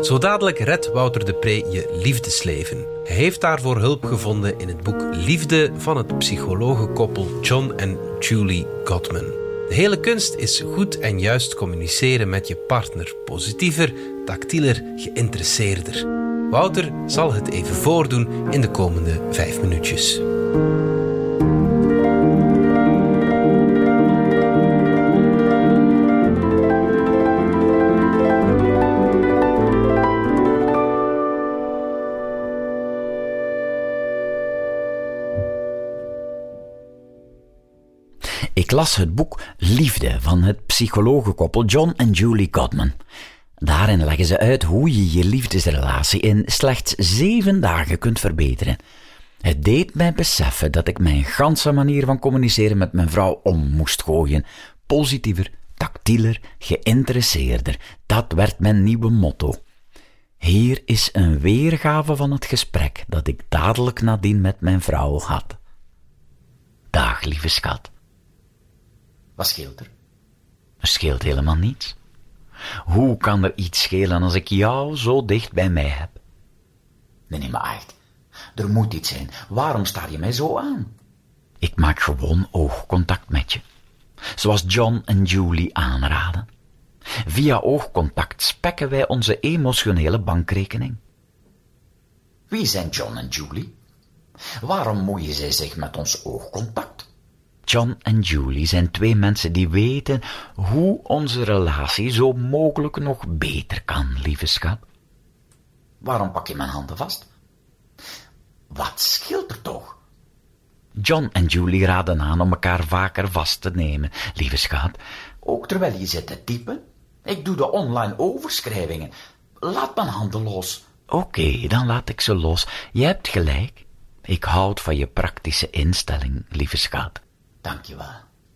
Zo dadelijk redt Wouter de Pre je liefdesleven. Hij heeft daarvoor hulp gevonden in het boek Liefde van het psychologenkoppel John en Julie Gottman. De hele kunst is goed en juist communiceren met je partner. Positiever, tactieler, geïnteresseerder. Wouter zal het even voordoen in de komende 5 minuutjes. Ik las het boek Liefde van het psychologenkoppel John en Julie Gottman. Daarin leggen ze uit hoe je je liefdesrelatie in slechts 7 dagen kunt verbeteren. Het deed mij beseffen dat ik mijn ganse manier van communiceren met mijn vrouw om moest gooien. Positiever, tactieler, geïnteresseerder. Dat werd mijn nieuwe motto. Hier is een weergave van het gesprek dat ik dadelijk nadien met mijn vrouw had. Dag, lieve schat. Wat scheelt er? Er scheelt helemaal niets. Hoe kan er iets schelen als ik jou zo dicht bij mij heb? Nee, maar echt. Er moet iets zijn. Waarom staar je mij zo aan? Ik maak gewoon oogcontact met je. Zoals John en Julie aanraden. Via oogcontact spekken wij onze emotionele bankrekening. Wie zijn John en Julie? Waarom moeien zij zich met ons oogcontact? John en Julie zijn 2 mensen die weten hoe onze relatie zo mogelijk nog beter kan, lieve schat. Waarom pak je mijn handen vast? Wat scheelt er toch? John en Julie raden aan om elkaar vaker vast te nemen, lieve schat. Ook terwijl je zit te typen? Ik doe de online overschrijvingen. Laat mijn handen los. Oké, dan laat ik ze los. Je hebt gelijk. Ik houd van je praktische instelling, lieve schat. Dank je wel.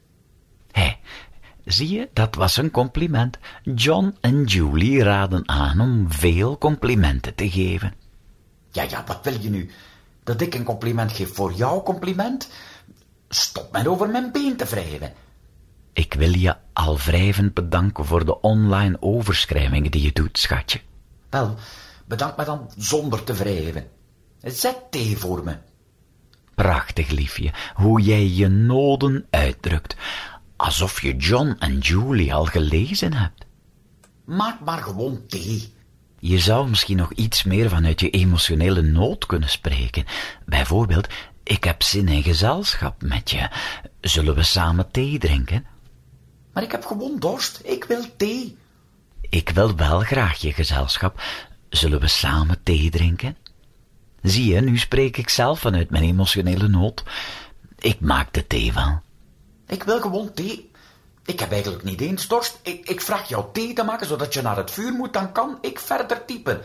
Hé, zie je, dat was een compliment. John en Julie raden aan om veel complimenten te geven. Ja, wat wil je nu? Dat ik een compliment geef voor jouw compliment? Stop met over mijn been te wrijven. Ik wil je al wrijvend bedanken voor de online overschrijvingen die je doet, schatje. Wel, bedank me dan zonder te wrijven. Zet thee voor me. Prachtig, liefje, hoe jij je noden uitdrukt. Alsof je John en Julie al gelezen hebt. Maak maar gewoon thee. Je zou misschien nog iets meer vanuit je emotionele nood kunnen spreken. Bijvoorbeeld, ik heb zin in gezelschap met je. Zullen we samen thee drinken? Maar ik heb gewoon dorst. Ik wil thee. Ik wil wel graag je gezelschap. Zullen we samen thee drinken? Zie je, nu spreek ik zelf vanuit mijn emotionele nood. Ik maak de thee wel. Ik wil gewoon thee. Ik heb eigenlijk niet eens dorst. Ik vraag jou thee te maken, zodat je naar het vuur moet, dan kan ik verder typen.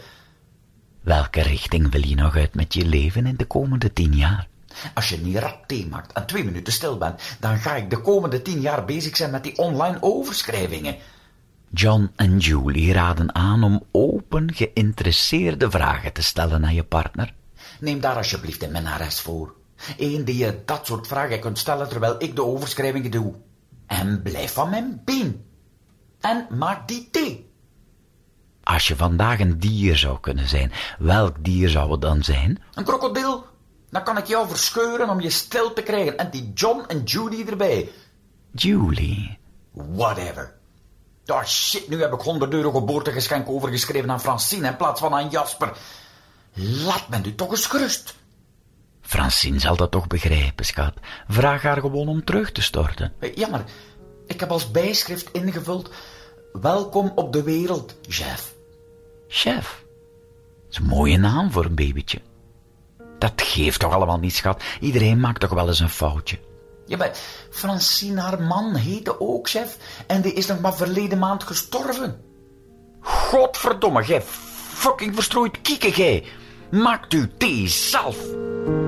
Welke richting wil je nog uit met je leven in de komende 10 jaar? Als je niet rap thee maakt en 2 minuten stil bent, dan ga ik de komende 10 jaar bezig zijn met die online overschrijvingen. John en Julie raden aan om open, geïnteresseerde vragen te stellen aan je partner. Neem daar alsjeblieft een minnares voor. Eén die je dat soort vragen kunt stellen terwijl ik de overschrijvingen doe. En blijf van mijn been. En maak die thee. Als je vandaag een dier zou kunnen zijn, welk dier zou het dan zijn? Een krokodil. Dan kan ik jou verscheuren om je stil te krijgen. En die John en Judy erbij. Julie. Whatever. Oh shit, nu heb ik €100 geboortegeschenk overgeschreven aan Francine in plaats van aan Jasper. Laat me nu toch eens gerust. Francine zal dat toch begrijpen, schat. Vraag haar gewoon om terug te storten. Ja, maar ik heb als bijschrift ingevuld: welkom op de wereld, chef. Chef? Dat is een mooie naam voor een babytje. Dat geeft toch allemaal niet, schat. Iedereen maakt toch wel eens een foutje. Ja, maar Francine, haar man, heette ook chef. En die is nog maar verleden maand gestorven. Godverdomme, gij fucking verstrooid kieken, gij. Maakt uw thee zelf.